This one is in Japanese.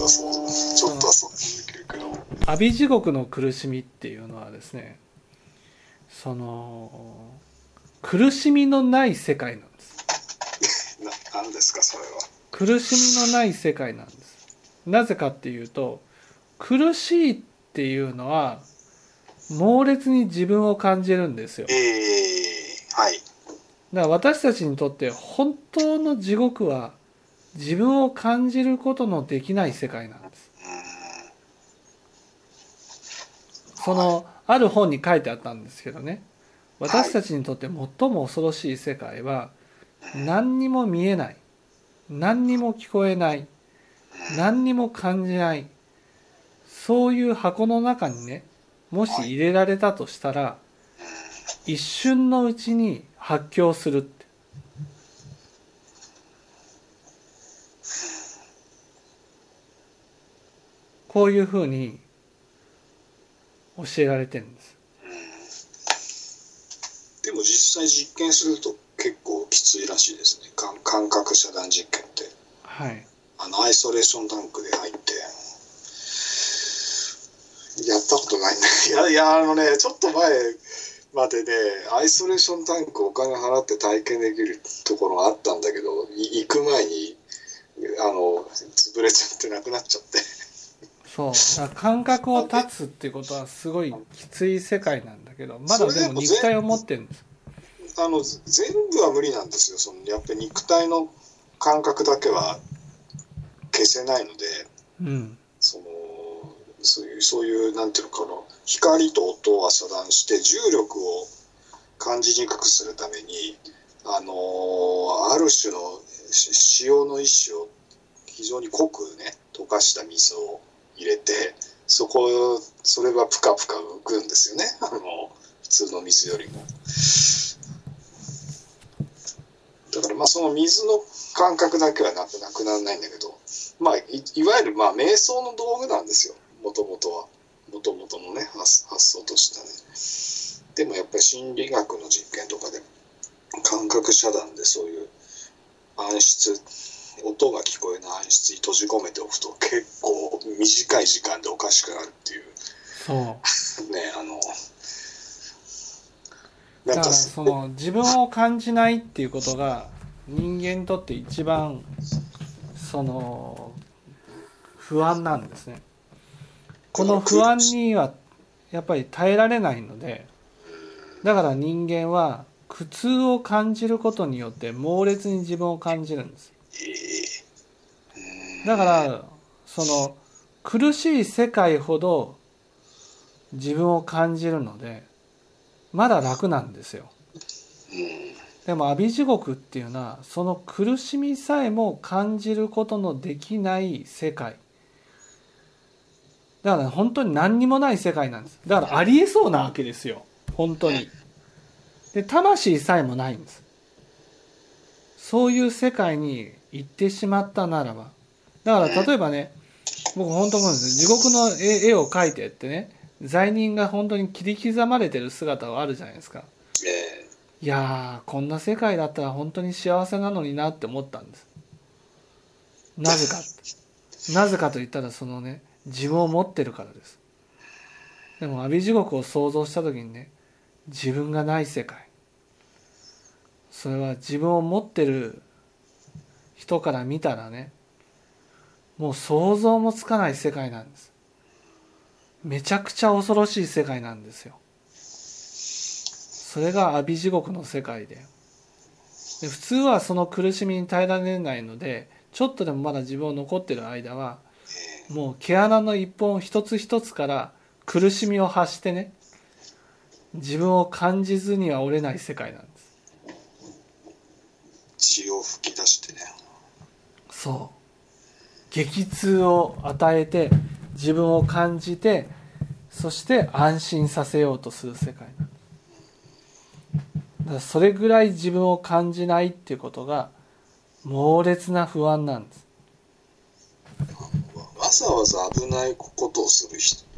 はそうちょっとはそうできるけど、 阿鼻地獄の苦しみっていうのはですね、苦しみのない世界なんです。 何ですかそれは。 苦しみのない世界なんです。なぜかっていうと、苦しいっていうのは猛烈に自分を感じるんですよ。 はい。 だから私たちにとって本当の地獄は自分を感じることのできない世界なんです。ある本に書いてあったんですけどね、私たちにとって最も恐ろしい世界は、何にも見えない、何にも聞こえない、何にも感じない、そういう箱の中にね、もし入れられたとしたら、一瞬のうちに発狂するって。こういうふうに教えられてるんです。 でも実際実験すると結構きついらしいですね。感覚遮断実験って。 はい。 アイソレーションタンクで入って、やったことないんだ。いや、ちょっと前までね、アイソレーションタンクお金払って体験できるところがあったんだけど、行く前に、潰れちゃってなくなっちゃって。 そう。だから感覚を断つっていうことはすごいきつい世界なんだけど、まだでも肉体を持ってるんです。 全部は無理なんですよ。やっぱり肉体の感覚だけは消せないので、 うん、 そういうなんていうのかな、光と音は遮断して重力を感じにくくするために、ある種の塩の一種を非常に濃くね溶かした水を入れて、それがプカプカ浮くんですよね。普通の水よりも。だからその水の感覚だけはなくならないんだけど、いわゆる瞑想の道具なんですよ。もともとのね発想としてはね。でもやっぱり心理学の実験とかで感覚遮断でそういう暗室、音が聞こえない暗室に閉じ込めておくと結構短い時間でおかしくなるっていう。 そうね、 だから自分を感じないっていうことが人間にとって一番不安なんですね。この不安にはやっぱり耐えられないので、だから人間は苦痛を感じることによって猛烈に自分を感じるんです。だから苦しい世界ほど自分を感じるのでまだ楽なんですよ。でも阿鼻地獄っていうのはその苦しみさえも感じることのできない世界だから、本当に何にもない世界なんです。だからありえそうなわけですよ、本当に。で魂さえもないんです。そういう世界に行ってしまったならば、だから例えばね、僕本当思うんです。地獄の絵を描いてってね、罪人が本当に切り刻まれてる姿があるじゃないですか。いやー、こんな世界だったら本当に幸せなのになって思ったんです。なぜかと言ったら自分を持ってるからです。でも阿鼻地獄を想像した時にね、自分がない世界、それは自分を持ってる人から見たらね、もう想像もつかない世界なんです。めちゃくちゃ恐ろしい世界なんですよ。それが阿鼻地獄の世界で、普通はその苦しみに耐えられないので、ちょっとでもまだ自分を残ってる間はもう毛穴の一本一つ一つから苦しみを発してね、自分を感じずには折れない世界なんです。 血を吹き出してね。 そう。激痛を与えて自分を感じて、そして安心させようとする世界なんです。だからそれぐらい自分を感じないっていうことが猛烈な不安なんです。 わざわざ危ないことをする